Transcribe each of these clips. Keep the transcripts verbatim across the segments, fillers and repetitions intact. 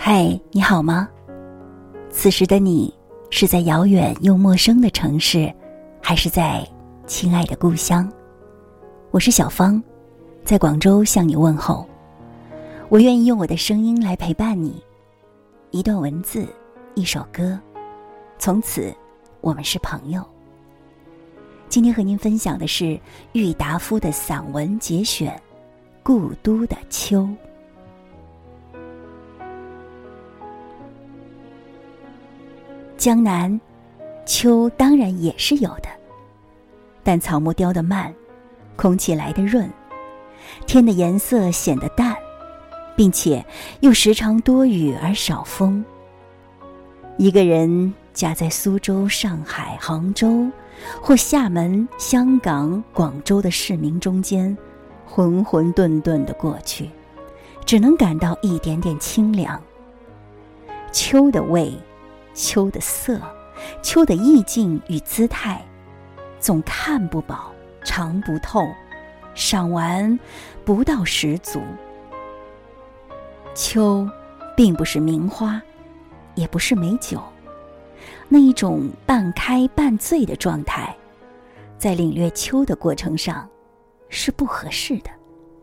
嗨，你好吗？此时的你是在遥远又陌生的城市，还是在亲爱的故乡？我是小芳，在广州向你问候。我愿意用我的声音来陪伴你，一段文字，一首歌，从此我们是朋友。今天和您分享的是郁达夫的散文节选《故都的秋》。江南，秋当然也是有的，但草木凋得慢，空气来得润，天的颜色显得淡，并且又时常多雨而少风。一个人夹在苏州、上海、杭州或厦门、香港、广州的市民中间，浑浑沌沌地过去，只能感到一点点清凉。秋的味，秋的色，秋的意境与姿态，总看不饱，尝不透，赏玩不到十足。秋并不是名花，也不是美酒，那一种半开半醉的状态，在领略秋的过程上是不合适的。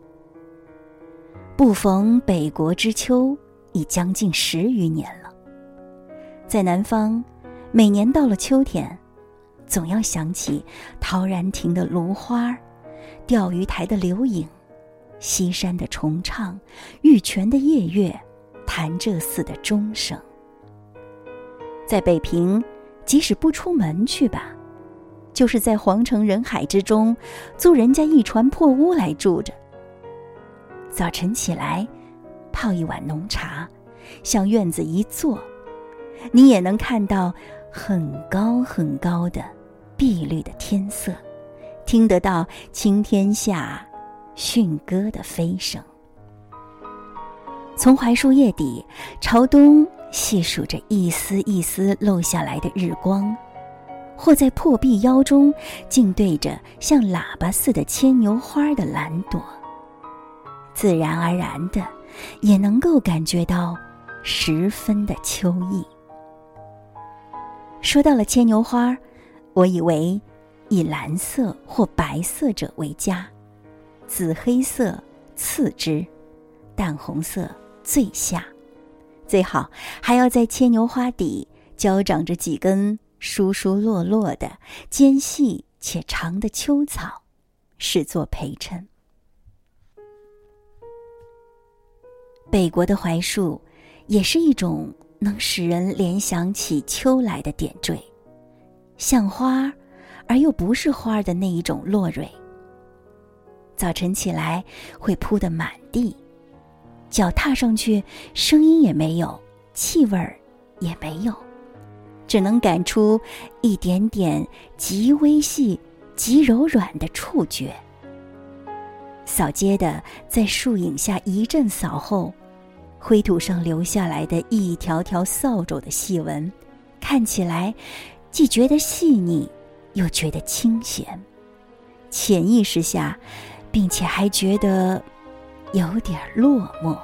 不逢北国之秋已将近十余年了。在南方，每年到了秋天，总要想起陶然亭的芦花，钓鱼台的柳影，西山的重唱，玉泉的夜月，潭柘寺的钟声。在北平，即使不出门去吧，就是在皇城人海之中租人家一船破屋来住着。早晨起来，泡一碗浓茶，向院子一坐，你也能看到很高很高的碧绿的天色，听得到青天下驯鸽的飞声。从槐树叶底朝东细数着一丝一丝漏下来的日光，或在破壁腰中静对着像喇叭似的牵牛花的蓝朵，自然而然的也能够感觉到十分的秋意。说到了牵牛花，我以为以蓝色或白色者为佳，紫黑色次之，淡红色最下，最好还要在牵牛花底交长着几根疏疏落落的尖细且长的秋草，视作陪衬。北国的槐树也是一种能使人联想起秋来的点缀，像花而又不是花的那一种落蕊。早晨起来会铺得满地，脚踏上去声音也没有，气味儿也没有，只能感出一点点极微细极柔软的触觉。扫街的在树影下一阵扫后，灰土上留下来的一条条扫帚的细纹，看起来既觉得细腻，又觉得清闲，潜意识下并且还觉得有点落寞。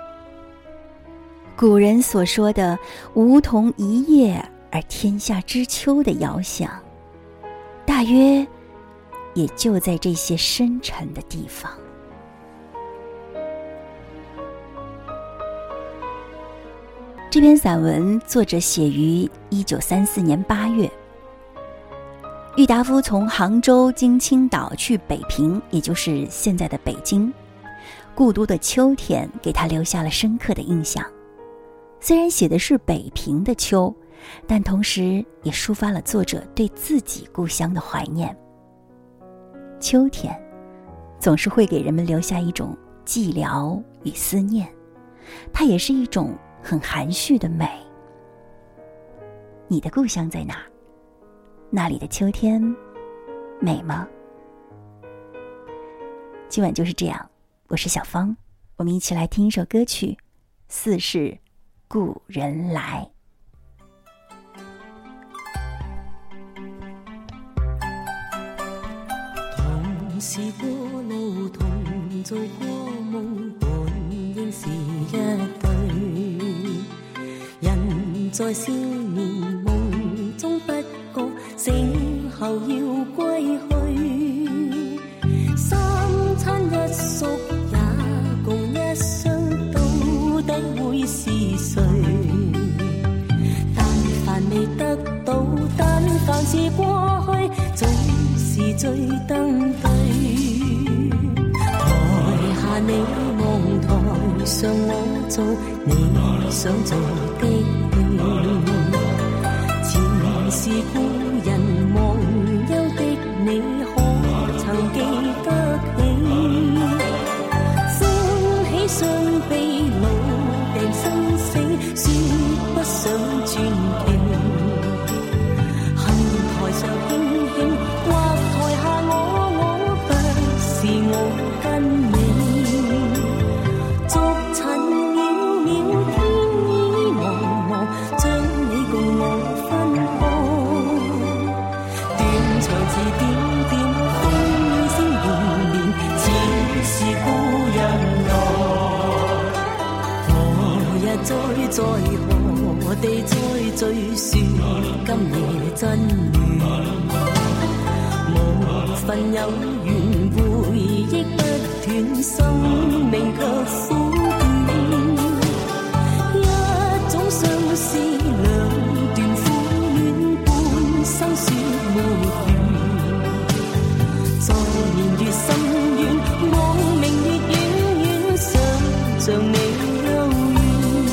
古人所说的梧桐一叶而天下知秋的遥想，大约也就在这些深沉的地方。这篇散文作者写于一九三四年八月。郁达夫从杭州经青岛去北平，也就是现在的北京，故都的秋天给他留下了深刻的印象。虽然写的是北平的秋，但同时也抒发了作者对自己故乡的怀念。秋天总是会给人们留下一种寂寥与思念，它也是一种很含蓄的美。你的故乡在哪？那里的秋天美吗？今晚就是这样，我是小芳，我们一起来听一首歌曲《似是故人来》。 同是过路，同做过梦，本应是一对。 在少年夢中不覺，醒後要歸去。三餐一宿也共一雙，到底會是誰？但凡未得到，但凡是過去，總是最登對。台下你望台上我做你想做的戲，前是故人忘憂的你，可曾記得起？歡喜相悲老病生死，說不想傳奇。恨台上輕輕，或台下我我，不是我跟你。逐塵渺渺，天意茫茫，將你共我分開。斷腸字點點，風雨聲連連，似是故人來。何日再在何地再聚，說今夜真緣。無份有緣，回憶不斷，生命卻苦短。一種相思，兩段苦戀，半生說沒完。在年月深遠，望明月遠遠，想像你幽怨。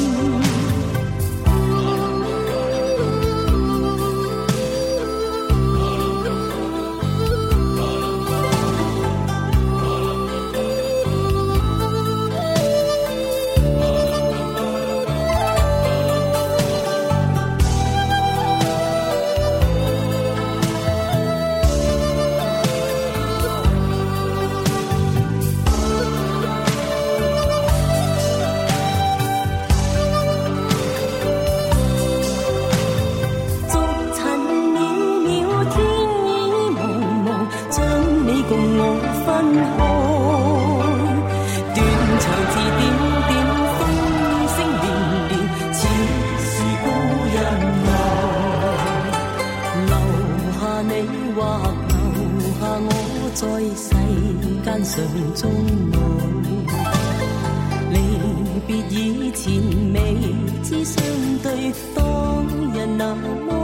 在世間上終老，離別以前未知相對，當日那麼